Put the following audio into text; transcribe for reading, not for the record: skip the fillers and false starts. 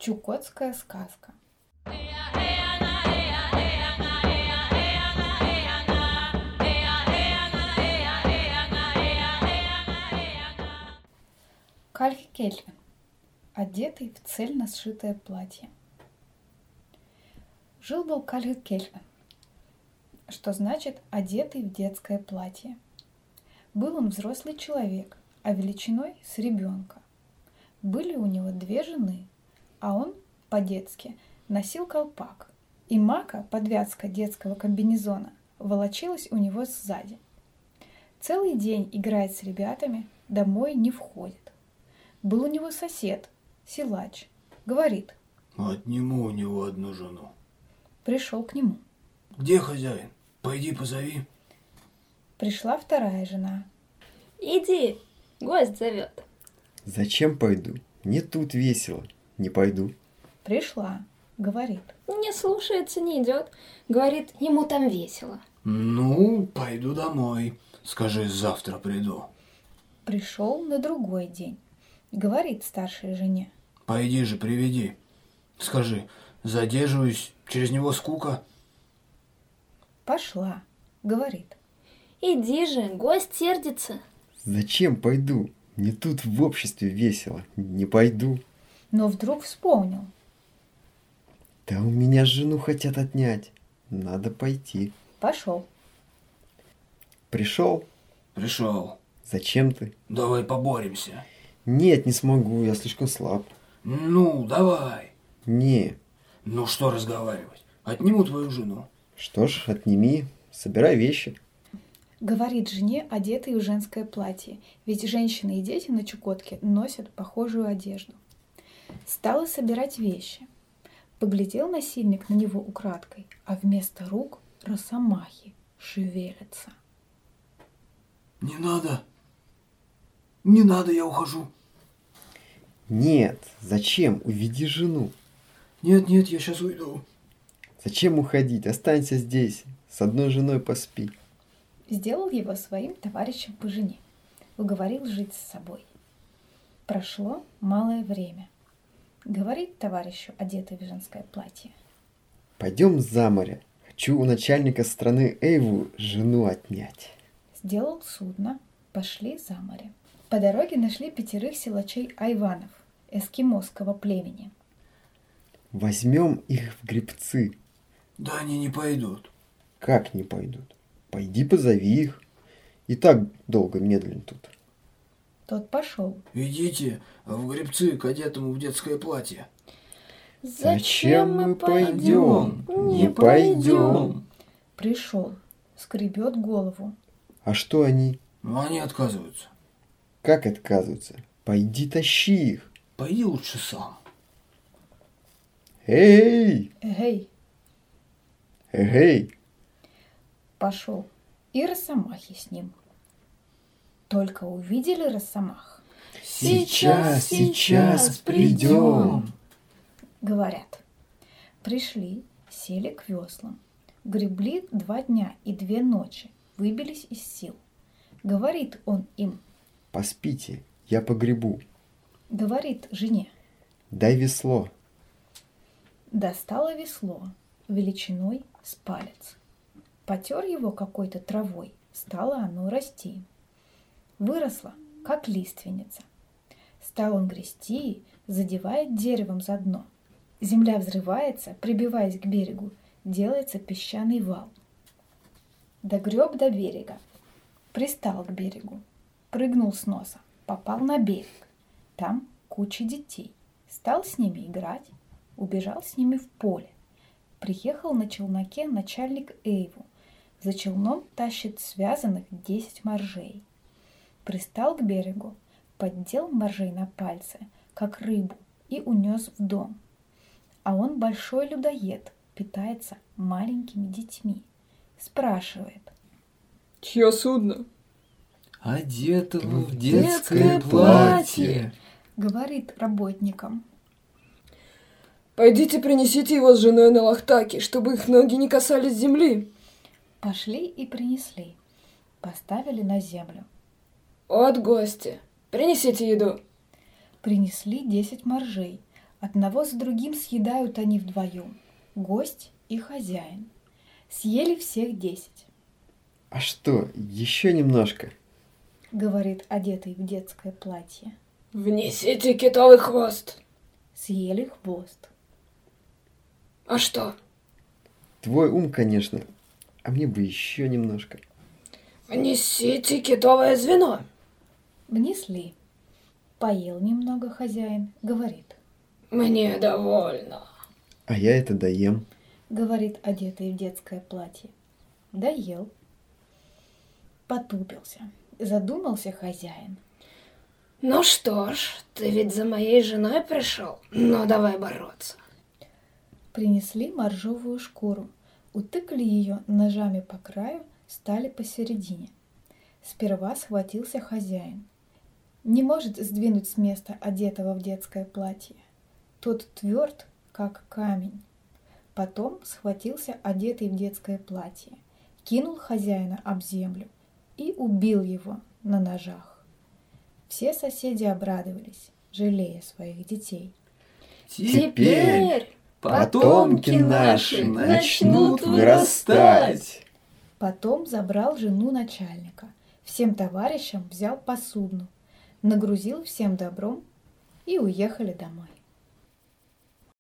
Чукотская сказка. Кальки Кельвин, одетый в цельно сшитое платье. Жил-был Кальки Кельвин, что значит одетый в детское платье. Был он взрослый человек, а величиной с ребенка. Были у него 2 жены, а он по-детски носил колпак, и мака, подвязка детского комбинезона, волочилась у него сзади. Целый день играет с ребятами, домой не входит. Был у него сосед, силач, говорит: отниму у него одну жену. Пришел к нему. Где хозяин? Пойди позови. Пришла 2 жена. Иди, гость зовет. Зачем пойду? Мне тут весело. Не пойду. Пришла, говорит. Не слушается, не идет. Говорит, ему там весело. Ну, пойду домой. Скажи, завтра приду. Пришел на другой день. Говорит старшей жене: Пойди же, приведи. Скажи, задерживаюсь, через него скука. Пошла, говорит. Иди же, гость сердится. Зачем пойду? Мне тут в обществе весело. Не пойду. Но вдруг вспомнил. Да у меня жену хотят отнять. Надо пойти. Пошел. Пришел? Пришел. Зачем ты? Давай поборемся. Нет, не смогу, я слишком слаб. Ну, давай. Не. Ну что разговаривать? Отниму твою жену. Что ж, отними. Собирай вещи. Говорит жене, одетый в женское платье, ведь женщины и дети на Чукотке носят похожую одежду. Стала собирать вещи. Поглядел насильник на него украдкой, а вместо рук росомахи шевелятся. Не надо. Не надо, я ухожу. Нет, зачем? Уведи жену. Нет, я сейчас уйду. Зачем уходить? Останься здесь. С одной женой поспи. Сделал его своим товарищем по жене. Уговорил жить с собой. Прошло малое время. Говорит товарищу, одетый в женское платье: Пойдем за море. Хочу у начальника страны Эйву жену отнять. Сделал судно, пошли за море. По дороге нашли 5 силачей айванов, эскимосского племени. Возьмем их в гребцы. Да они не пойдут. Как не пойдут? Пойди позови их. И так долго медленно тут. Тот пошел. Идите в гребцы к одетому в детское платье. Зачем мы пойдем? Не пойдем. Пришел, скребет голову. А что они? Но они отказываются. Как отказываются? Пойди тащи их. Пойди лучше сам. Эй! Эй, Эй! пошел. И росомахи с ним. Только увидели росомах. Сейчас придем. Говорят. Пришли, сели к веслам. Гребли 2 дня и 2 ночи. Выбились из сил. Говорит он им. Поспите, я погребу. Говорит жене. Дай весло. Достала весло величиной с палец. Потер его какой-то травой. Стало оно расти. Выросло, как лиственница. Стал он грести, задевает деревом за дно. Земля взрывается, прибиваясь к берегу. Делается песчаный вал. Догреб до берега. Пристал к берегу. Прыгнул с носа. Попал на берег. Там куча детей. Стал с ними играть. Убежал с ними в поле. Приехал на челноке начальник Эйву. За челном тащит связанных 10 моржей. Пристал к берегу, поддел моржей на пальцы, как рыбу, и унес в дом. А он большой людоед, питается маленькими детьми. Спрашивает. Чье судно? Одетого в детское платье. Говорит работникам. Пойдите принесите его с женой на лохтаки, чтобы их ноги не касались земли. Пошли и принесли. Поставили на землю. Вот гости. Принесите еду. Принесли 10 моржей, Одного за другим съедают они вдвоем, гость и хозяин. Съели всех 10, А что, еще немножко? говорит одетый в детское платье. Внесите китовый хвост. Съели хвост. А что? Твой ум, конечно. А мне бы еще немножко. Внесите китовое звено. Внесли. Поел немного хозяин, говорит. Мне довольно. А я это доем. Говорит одетый в детское платье. Доел. Потупился. Задумался хозяин. Ну что ж, ты ведь за моей женой пришел. Ну давай бороться. Принесли моржовую шкуру, утыкали ее ножами по краю, стали посередине. Сперва схватился хозяин. Не может сдвинуть с места одетого в детское платье. Тот тверд, как камень. Потом схватился одетый в детское платье, кинул хозяина об землю и убил его на ножах. Все соседи обрадовались, жалея своих детей. Теперь потомки наши начнут вырастать. Потом забрал жену начальника, всем товарищам взял по судну, нагрузил всем добром и уехали домой.